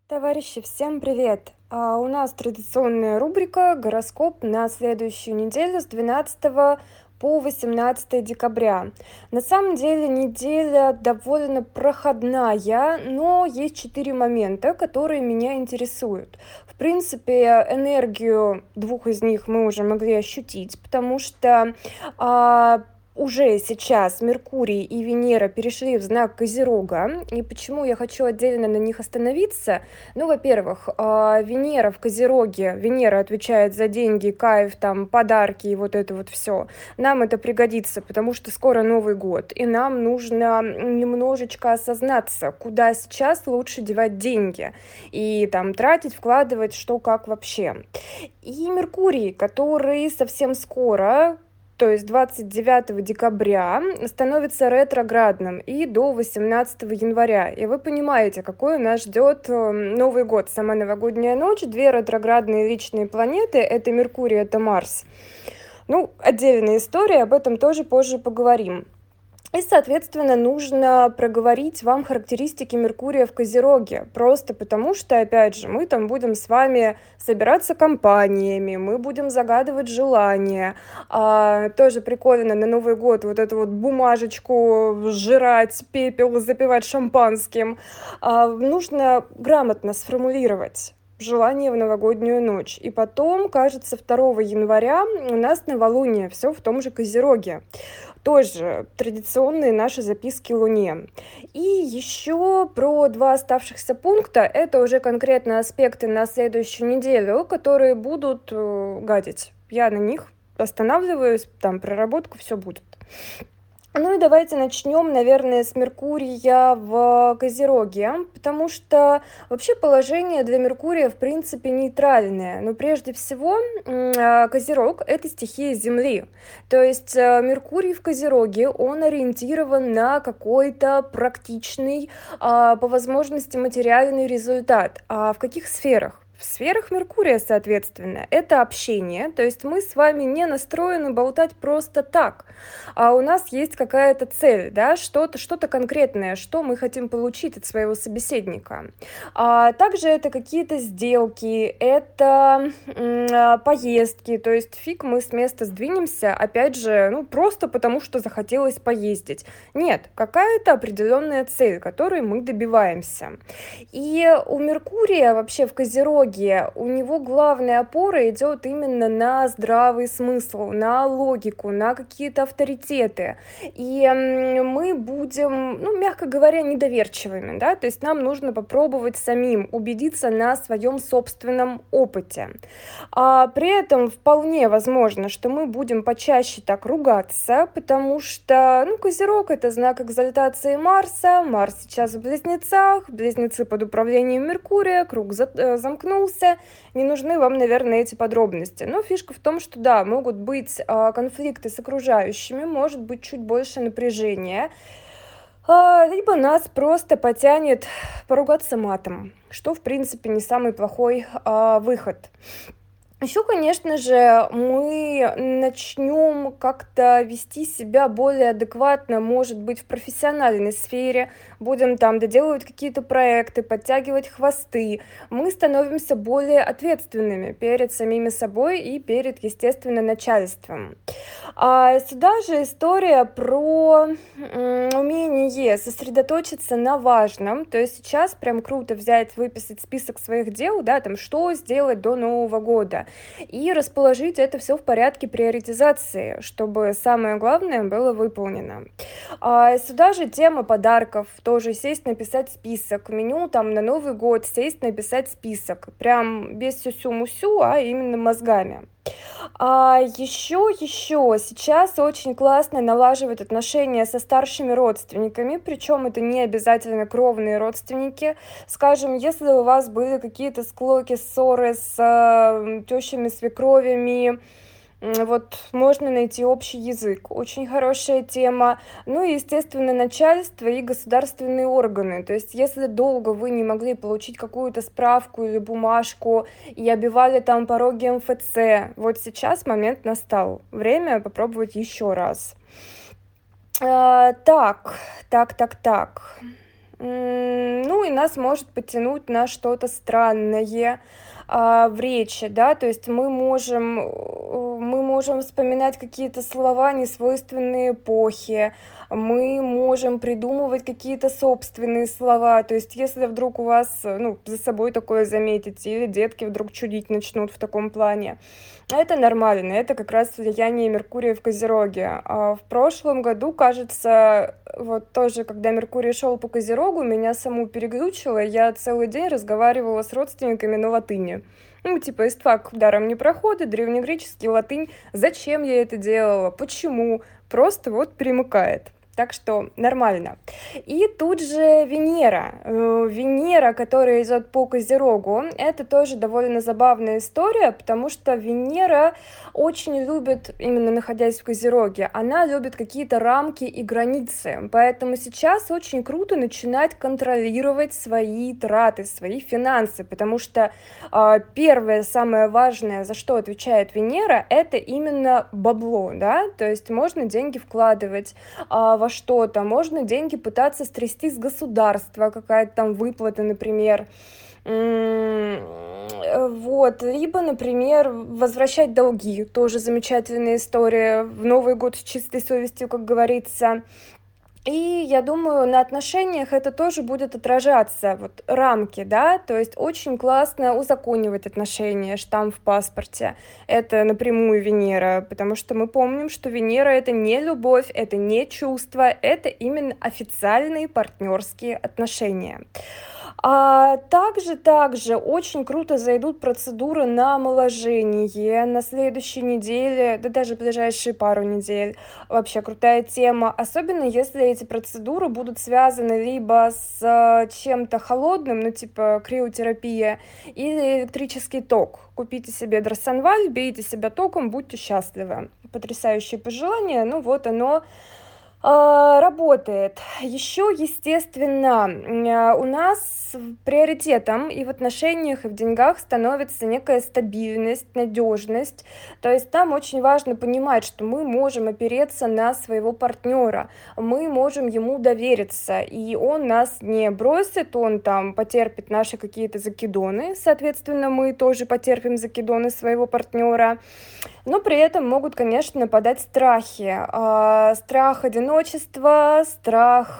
Товарищи, всем привет! У нас традиционная рубрика «Гороскоп» на следующую неделю с 12 по 18 декабря. На самом деле неделя довольно проходная, но есть 4 момента, которые меня интересуют. В принципе, энергию двух из них мы уже могли ощутить, потому что а, уже сейчас Меркурий и Венера перешли в знак Козерога. И почему я хочу отдельно на них остановиться? Ну, во-первых, Венера в Козероге, Венера отвечает за деньги, кайф, там, подарки и вот это вот все. Нам это пригодится, потому что скоро Новый год, и нам нужно немножечко осознаться, куда сейчас лучше девать деньги, и там тратить, вкладывать, что как вообще. И Меркурий, который совсем скоро, то есть 29 декабря, становится ретроградным и до 18 января. И вы понимаете, какой нас ждет Новый год, сама новогодняя ночь. Две ретроградные личные планеты — это Меркурий, это Марс. Ну, отдельная история, об этом тоже позже поговорим. И, соответственно, нужно проговорить вам характеристики Меркурия в Козероге, просто потому что, опять же, мы там будем с вами собираться компаниями, мы будем загадывать желания. Тоже прикольно на Новый год вот эту вот бумажечку сжирать, пепел запивать шампанским. Нужно грамотно сформулировать желание в новогоднюю ночь. И потом, кажется, 2 января у нас новолуние, все в том же Козероге. Тоже традиционные наши записки Луне. И еще про 2 оставшихся пункта. Это уже конкретно аспекты на следующую неделю, которые будут гадить. Я на них останавливаюсь, там проработка, все будет. Ну и давайте начнем, наверное, с Меркурия в Козероге, потому что вообще положение для Меркурия, в принципе, нейтральное. Но прежде всего, Козерог — это стихия Земли. То есть Меркурий в Козероге, он ориентирован на какой-то практичный, по возможности, материальный результат. А в каких сферах? В сферах Меркурия, соответственно, это общение, то есть мы с вами не настроены болтать просто так, а у нас есть какая-то цель, да, что-то конкретное, что мы хотим получить от своего собеседника. Также это какие-то сделки, это поездки, то есть фиг мы с места сдвинемся, опять же, ну просто потому, что захотелось поездить. Нет, какая-то определенная цель, которой мы добиваемся. И у Меркурия вообще в Козероге, у него главная опора идет именно на здравый смысл, на логику, на какие-то авторитеты. И мы будем, ну, мягко говоря, недоверчивыми, да, то есть нам нужно попробовать самим убедиться на своем собственном опыте. При этом вполне возможно, что мы будем почаще так ругаться, потому что, ну, Козерог — это знак экзальтации Марса, Марс сейчас в Близнецах, Близнецы под управлением Меркурия, круг замкнулся, не нужны вам, наверное, эти подробности. Но фишка в том, что да, могут быть конфликты с окружающими, может быть чуть больше напряжения, либо нас просто потянет поругаться матом, что, в принципе, не самый плохой выход. Еще, конечно же, мы начнем как-то вести себя более адекватно, может быть, в профессиональной сфере, будем там доделывать какие-то проекты, подтягивать хвосты. Мы становимся более ответственными перед самими собой и перед, естественно, начальством. Сюда же история про умение сосредоточиться на важном. То есть сейчас прям круто взять, выписать список своих дел, да, там, что сделать до Нового года, и расположить это все в порядке приоритизации, чтобы самое главное было выполнено. Сюда же тема подарков, тоже сесть, написать список, меню там на Новый год, сесть, написать список, прям без сюсю-мусю, а именно мозгами. Еще сейчас очень классно налаживать отношения со старшими родственниками, причем это не обязательно кровные родственники. Скажем, если у вас были какие-то склоки, ссоры с тещами, свекровями, вот можно найти общий язык. Очень хорошая тема. Ну и, естественно, начальство и государственные органы. То есть, если долго вы не могли получить какую-то справку или бумажку и обивали там пороги МФЦ, вот сейчас момент настал. Время попробовать еще раз. Так. Ну и нас может потянуть на что-то странное в речи, да, то есть мы можем вспоминать какие-то слова, несвойственные эпохе, мы можем придумывать какие-то собственные слова, то есть если вдруг у вас, ну, за собой такое заметите, или детки вдруг чудить начнут в таком плане, это нормально, это как раз влияние Меркурия в Козероге. А в прошлом году, кажется, вот тоже, когда Меркурий шел по Козерогу, меня саму переглючило, я целый день разговаривала с родственниками на латыни. Ну, типа, истфак даром не проходит, древнегреческий, латынь. Зачем я это делала? Почему? Просто вот примыкает. Так что нормально. И тут же Венера. Венера, которая идет по Козерогу, это тоже довольно забавная история, потому что Венера очень любит, именно находясь в Козероге, она любит какие-то рамки и границы. Поэтому сейчас очень круто начинать контролировать свои траты, свои финансы, потому что первое, самое важное, за что отвечает Венера, это именно бабло, да, то есть можно деньги вкладывать во что-то, можно деньги пытаться стрясти с государства, какая-то там выплата, например, вот, либо, например, возвращать долги, тоже замечательная история, в Новый год с чистой совестью, как говорится. И я думаю, на отношениях это тоже будет отражаться, вот рамки, да, то есть очень классно узаконивать отношения, штамп в паспорте, это напрямую Венера, потому что мы помним, что Венера это не любовь, это не чувство, это именно официальные партнерские отношения. Также очень круто зайдут процедуры на омоложение на следующей неделе, да даже ближайшие пару недель. Вообще крутая тема, особенно если эти процедуры будут связаны либо с чем-то холодным, ну типа криотерапия, или электрический ток. Купите себе Дросанваль, бейте себя током, будьте счастливы. Потрясающее пожелание, ну вот оно работает. Еще, естественно, у нас приоритетом и в отношениях, и в деньгах становится некая стабильность, надежность. То есть нам очень важно понимать, что мы можем опереться на своего партнера, мы можем ему довериться, и он нас не бросит, он там потерпит наши какие-то закидоны, соответственно, мы тоже потерпим закидоны своего партнера. Но при этом могут, конечно, нападать страхи. Страх одиночества, страх,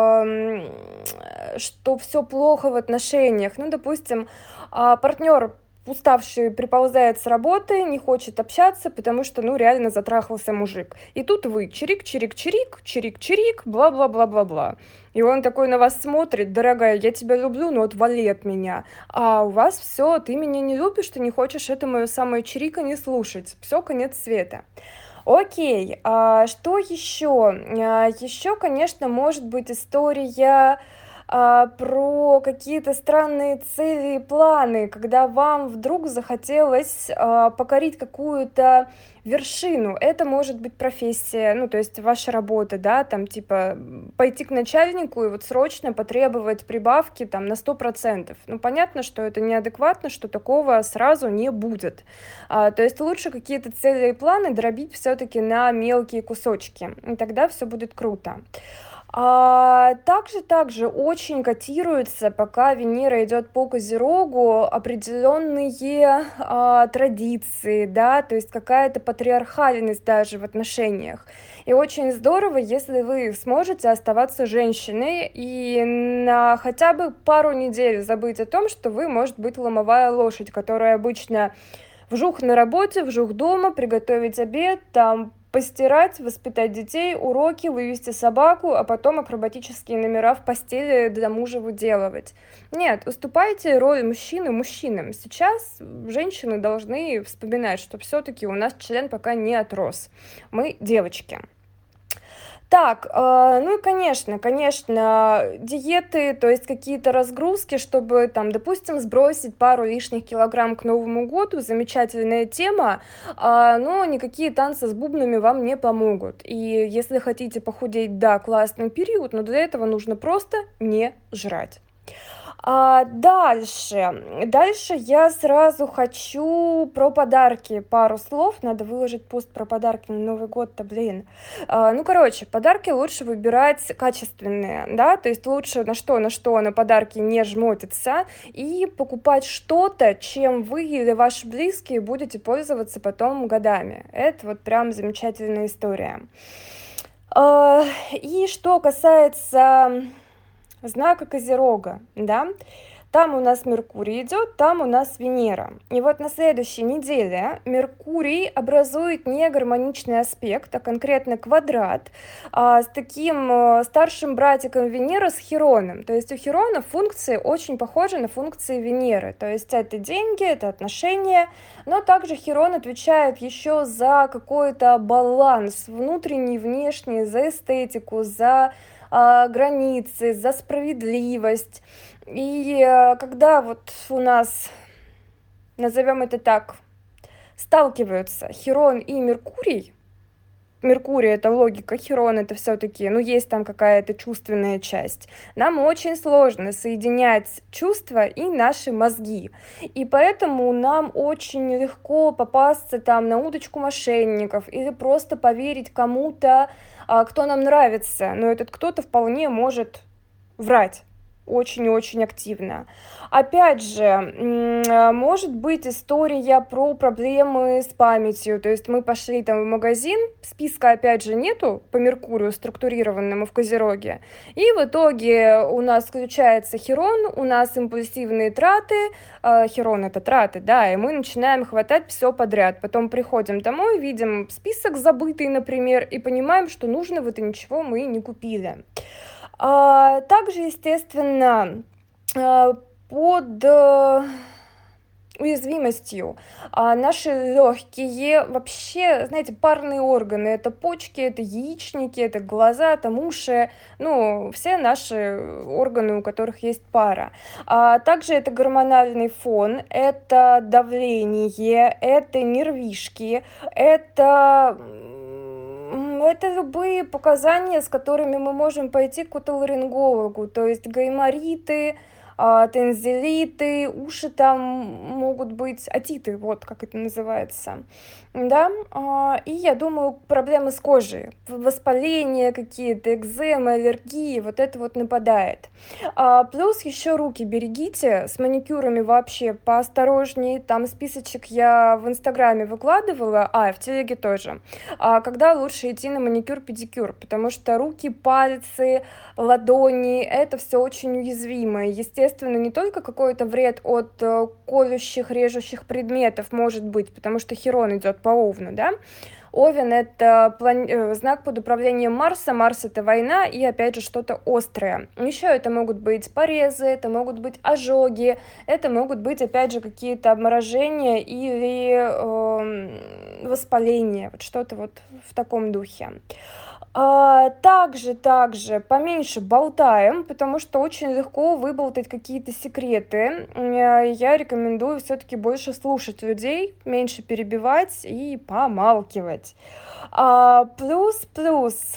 что все плохо в отношениях. Ну, допустим, партнер уставший приползает с работы, не хочет общаться, потому что, ну, реально затрахался мужик. И тут вы чирик-чирик-чирик, чирик-чирик, бла-бла-бла-бла-бла. И он такой на вас смотрит: дорогая, я тебя люблю, но отвали от меня. А у вас все, ты меня не любишь, ты не хочешь это мое самое чириканье слушать. Все, конец света. Окей, что еще? Еще, конечно, может быть история про какие-то странные цели и планы, когда вам вдруг захотелось покорить какую-то вершину. Это может быть профессия, ну, то есть ваша работа, да, там, типа, пойти к начальнику и вот срочно потребовать прибавки там на 100%. Ну, понятно, что это неадекватно, что такого сразу не будет. То есть лучше какие-то цели и планы дробить все-таки на мелкие кусочки, и тогда все будет круто. Также очень котируется, пока Венера идет по Козерогу, определенные традиции, да, то есть какая-то патриархальность даже в отношениях. И очень здорово, если вы сможете оставаться женщиной и на хотя бы пару недель забыть о том, что вы, может быть, ломовая лошадь, которая обычно вжух на работе, вжух дома, приготовить обед, там постирать, воспитать детей, уроки, вывести собаку, а потом акробатические номера в постели для мужа выделывать. Нет, уступайте роль мужчины мужчинам. Сейчас женщины должны вспоминать, что все-таки у нас член пока не отрос. Мы девочки. Так, ну и, конечно, диеты, то есть какие-то разгрузки, чтобы там, допустим, сбросить пару лишних килограмм к Новому году, замечательная тема, но никакие танцы с бубнами вам не помогут. И если хотите похудеть, да, классный период, но для этого нужно просто не жрать. Дальше я сразу хочу про подарки пару слов. Надо выложить пост про подарки на Новый год-то, блин. Ну, короче, подарки лучше выбирать качественные, да, то есть лучше на подарки не жмотиться и покупать что-то, чем вы или ваши близкие будете пользоваться потом годами. Это вот прям замечательная история. И что касается знака Козерога, да, там у нас Меркурий идет, там у нас Венера. И вот на следующей неделе Меркурий образует негармоничный аспект, а конкретно квадрат, с таким старшим братиком Венеры с Хироном. То есть у Хирона функции очень похожи на функции Венеры. То есть это деньги, это отношения, но также Хирон отвечает еще за какой-то баланс внутренний, внешний, за эстетику, за границы, за справедливость. И когда вот у нас, назовем это так, сталкиваются Хирон и Меркурий, Меркурий — это логика, Хирон — это все-таки, ну, есть там какая-то чувственная часть. Нам очень сложно соединять чувства и наши мозги. И поэтому нам очень легко попасться там на удочку мошенников или просто поверить кому-то, кто нам нравится. Но этот кто-то вполне может врать очень-очень активно. Опять же, может быть история про проблемы с памятью, то есть мы пошли там в магазин, списка опять же нету по Меркурию структурированному в Козероге, и в итоге у нас включается Хирон, у нас импульсивные траты, Хирон — это траты, да, и мы начинаем хватать все подряд, потом приходим домой, видим список забытый, например, и понимаем, что нужного-то ничего мы не купили. Также, естественно, под уязвимостью наши легкие, вообще, знаете, парные органы, это почки, это яичники, это глаза, это уши, ну, все наши органы, у которых есть пара. Также это гормональный фон, это давление, это нервишки, это любые показания, с которыми мы можем пойти к отоларингологу, то есть гаймориты, тензилиты, уши там могут быть, отиты, вот как это называется, да, и я думаю, проблемы с кожей, воспаления какие-то, экземы, аллергии, вот это вот нападает. Плюс еще руки берегите, с маникюрами вообще поосторожнее, там списочек я в Инстаграме выкладывала, и в телеге тоже, когда лучше идти на маникюр-педикюр, потому что руки, пальцы, ладони, это все очень уязвимо. Естественно, не только какой-то вред от колющих, режущих предметов может быть, потому что Хирон идет по Овну, да. Овен — это знак под управлением Марса, Марс — это война и, опять же, что-то острое. Еще это могут быть порезы, это могут быть ожоги, это могут быть, опять же, какие-то обморожения или воспаления, вот что-то вот в таком духе. Также поменьше болтаем, потому что очень легко выболтать какие-то секреты. Я рекомендую все-таки больше слушать людей, меньше перебивать и помалкивать. Плюс.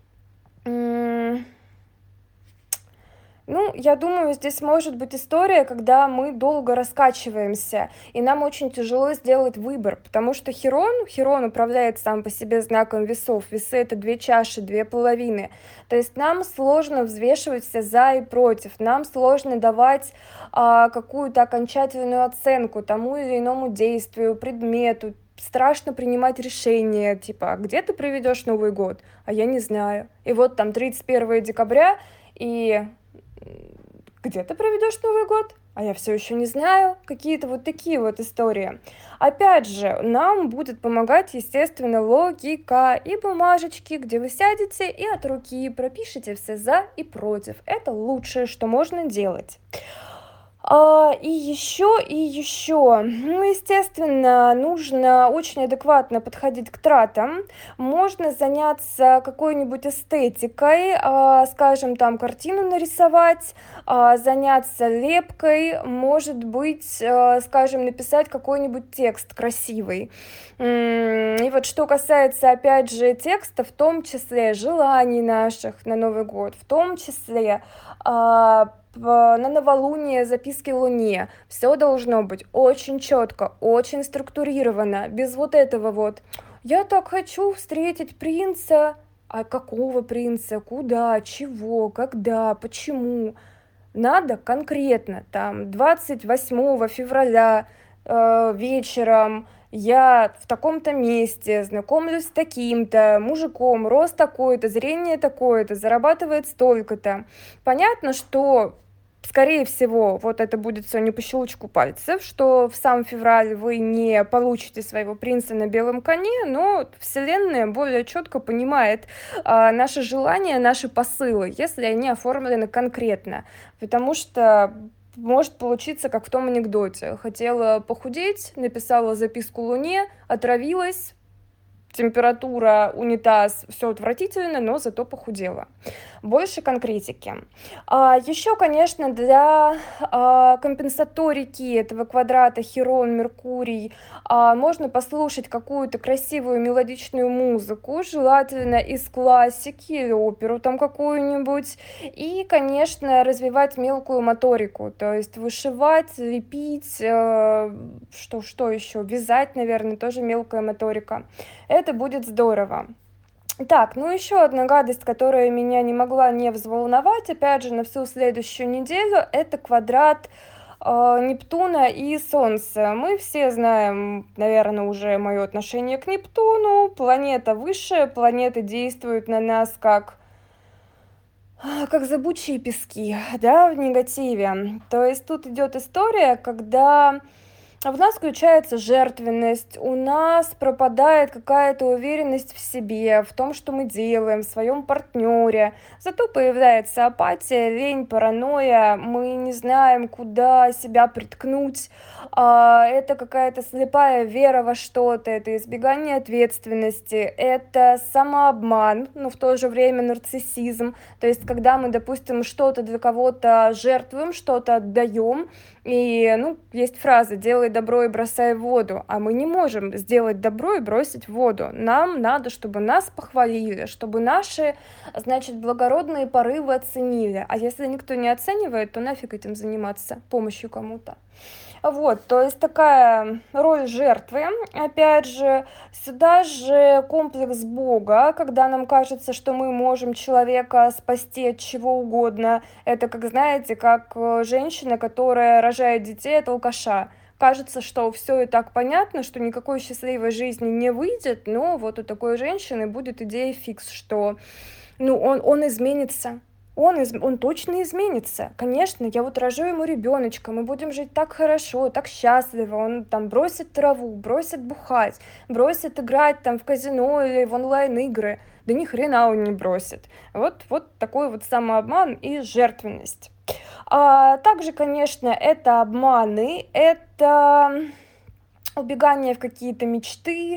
Ну, я думаю, здесь может быть история, когда мы долго раскачиваемся, и нам очень тяжело сделать выбор, потому что Хирон управляет сам по себе знаком весов. Весы — это две чаши, две половины. То есть нам сложно взвешивать все за и против, нам сложно давать какую-то окончательную оценку тому или иному действию, предмету. Страшно принимать решения, типа, где ты проведешь Новый год? А я не знаю. И вот там 31 декабря, и где ты проведешь Новый год? А я все еще не знаю. Какие-то вот такие вот истории. Опять же, нам будет помогать, естественно, логика и бумажечки, где вы сядете и от руки пропишите все за и против. Это лучшее, что можно делать. И еще, ну, естественно, нужно очень адекватно подходить к тратам. Можно заняться какой-нибудь эстетикой, скажем, там картину нарисовать, заняться лепкой, может быть, скажем, написать какой-нибудь текст красивый. И вот что касается, опять же, текста, в том числе желаний наших на Новый год, в том числе на новолуние записки Луне. Все должно быть очень четко, очень структурировано, без вот этого вот. Я так хочу встретить принца. А какого принца? Куда? Чего? Когда? Почему? Надо конкретно, там, 28 февраля вечером я в таком-то месте знакомлюсь с таким-то мужиком, рост такой-то, зрение такое-то, зарабатывает столько-то. Понятно, что, скорее всего, вот это будет все не по щелчку пальцев, что в сам февраль вы не получите своего принца на белом коне, но Вселенная более четко понимает наши желания, наши посылы, если они оформлены конкретно. Потому что может получиться, как в том анекдоте. Хотела похудеть, написала записку Луне, отравилась, температура, унитаз, все отвратительно, но зато похудела. Больше конкретики. Еще, конечно, для компенсаторики этого квадрата Хирон, Меркурий можно послушать какую-то красивую мелодичную музыку, желательно из классики или оперу там какую-нибудь. И, конечно, развивать мелкую моторику, то есть вышивать, лепить, что еще, вязать, наверное, тоже мелкая моторика. Это будет здорово. Так, ну еще одна гадость, которая меня не могла не взволновать, опять же, на всю следующую неделю, это квадрат Нептуна и Солнца. Мы все знаем, наверное, уже мое отношение к Нептуну. Планета высшая, планеты действуют на нас как зыбучие пески, да, в негативе. То есть тут идет история, когда в нас включается жертвенность, у нас пропадает какая-то уверенность в себе, в том, что мы делаем, в своем партнере. Зато появляется апатия, лень, паранойя, мы не знаем, куда себя приткнуть. Это какая-то слепая вера во что-то, это избегание ответственности, это самообман, но в то же время нарциссизм. То есть, когда мы, допустим, что-то для кого-то жертвуем, что-то отдаем, и, есть фраза «делай добро и бросай в воду», а мы не можем сделать добро и бросить в воду. Нам надо, чтобы нас похвалили, чтобы наши, значит, благородные порывы оценили. А если никто не оценивает, то нафиг этим заниматься, помощью кому-то. Вот, то есть такая роль жертвы, опять же, сюда же комплекс Бога, когда нам кажется, что мы можем человека спасти от чего угодно. Это, как знаете, как женщина, которая рожает детей от алкаша. Кажется, что все и так понятно, что никакой счастливой жизни не выйдет, но вот у такой женщины будет идея фикс, что он изменится. Он точно изменится. Конечно, я вот рожу ему ребеночка, мы будем жить так хорошо, так счастливо. Он там бросит траву, бросит бухать, бросит играть там в казино или в онлайн-игры. Да ни хрена он не бросит. Вот такой вот самообман и жертвенность. Также, конечно, это обманы, это убегание в какие-то мечты.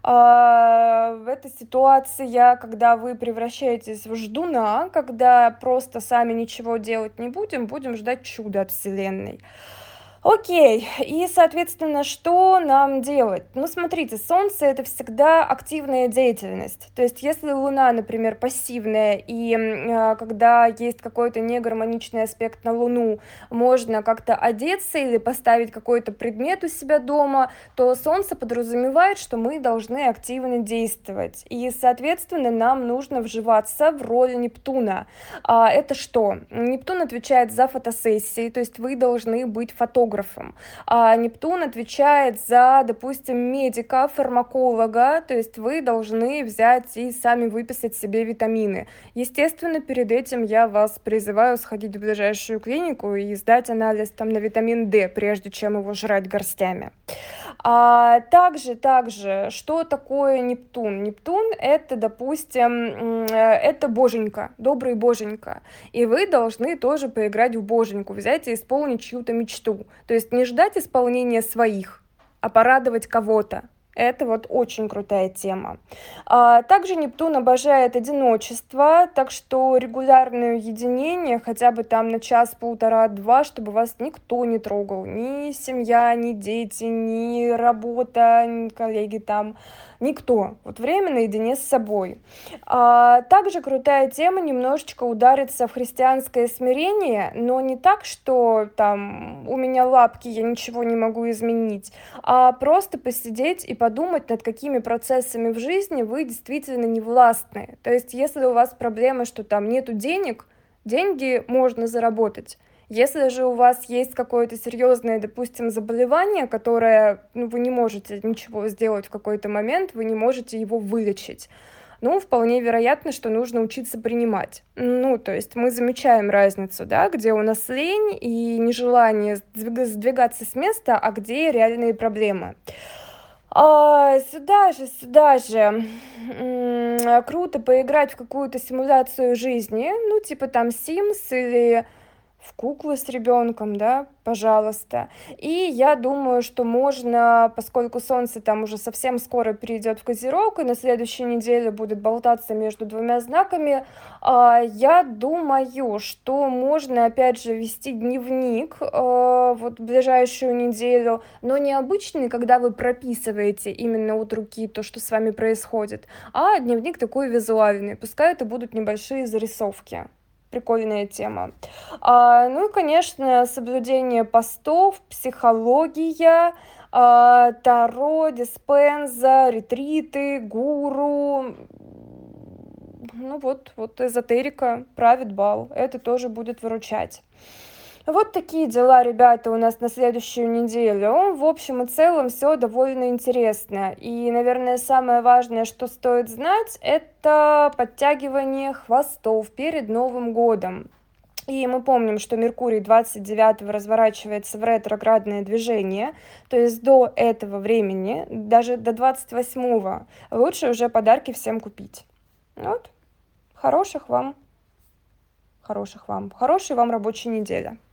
Это ситуация, когда вы превращаетесь в ждуна, когда просто сами ничего делать не будем ждать чуда от Вселенной. Окей, и, соответственно, что нам делать? Смотрите, Солнце — это всегда активная деятельность. То есть, если Луна, например, пассивная, и когда есть какой-то негармоничный аспект на Луну, можно как-то одеться или поставить какой-то предмет у себя дома, то Солнце подразумевает, что мы должны активно действовать. И, соответственно, нам нужно вживаться в роль Нептуна. Это что? Нептун отвечает за фотосессии, то есть вы должны быть фотографом. А Нептун отвечает за, допустим, медика, фармаколога, то есть вы должны взять и сами выписать себе витамины. Естественно, перед этим я вас призываю сходить в ближайшую клинику и сдать анализ там на витамин D, прежде чем его жрать горстями. Также, что такое Нептун? Нептун — это, допустим, это боженька, добрый боженька, и вы должны тоже поиграть в боженьку, взять и исполнить чью-то мечту, то есть не ждать исполнения своих, а порадовать кого-то. Это вот очень крутая тема. Также Нептун обожает одиночество, так что регулярное уединение, хотя бы там на час, полтора, два, чтобы вас никто не трогал, ни семья, ни дети, ни работа, ни коллеги там, Никто. Вот время наедине с собой. Также крутая тема немножечко удариться в христианское смирение, но не так, что там у меня лапки, я ничего не могу изменить, а просто посидеть и подумать, над какими процессами в жизни вы действительно не властны. То есть, если у вас проблема, что там нету денег, деньги можно заработать. Если же у вас есть какое-то серьезное, допустим, заболевание, которое, ну, вы не можете ничего сделать в какой-то момент, вы не можете его вылечить, ну, вполне вероятно, что нужно учиться принимать. Ну, то есть мы замечаем разницу, да, где у нас лень и нежелание сдвигаться с места, а где реальные проблемы. Сюда же, круто поиграть в какую-то симуляцию жизни, ну, типа там Sims или в куклы с ребенком, да, пожалуйста. И я думаю, что можно, поскольку Солнце там уже совсем скоро перейдет в Козерог, и на следующей неделе будет болтаться между двумя знаками, я думаю, что можно, опять же, вести дневник вот в ближайшую неделю, но не обычный, когда вы прописываете именно от руки то, что с вами происходит, а дневник такой визуальный. Пускай это будут небольшие зарисовки. Прикольная тема. Ну и, конечно, соблюдение постов, психология, таро, диспенза, ретриты, гуру. Ну вот эзотерика правит бал. Это тоже будет выручать. Вот такие дела, ребята, у нас на следующую неделю. В общем и целом все довольно интересно. И, наверное, самое важное, что стоит знать, это подтягивание хвостов перед Новым годом. И мы помним, что Меркурий 29-го разворачивается в ретроградное движение, то есть до этого времени, даже до 28-го, лучше уже подарки всем купить. Вот, хорошей вам рабочей недели.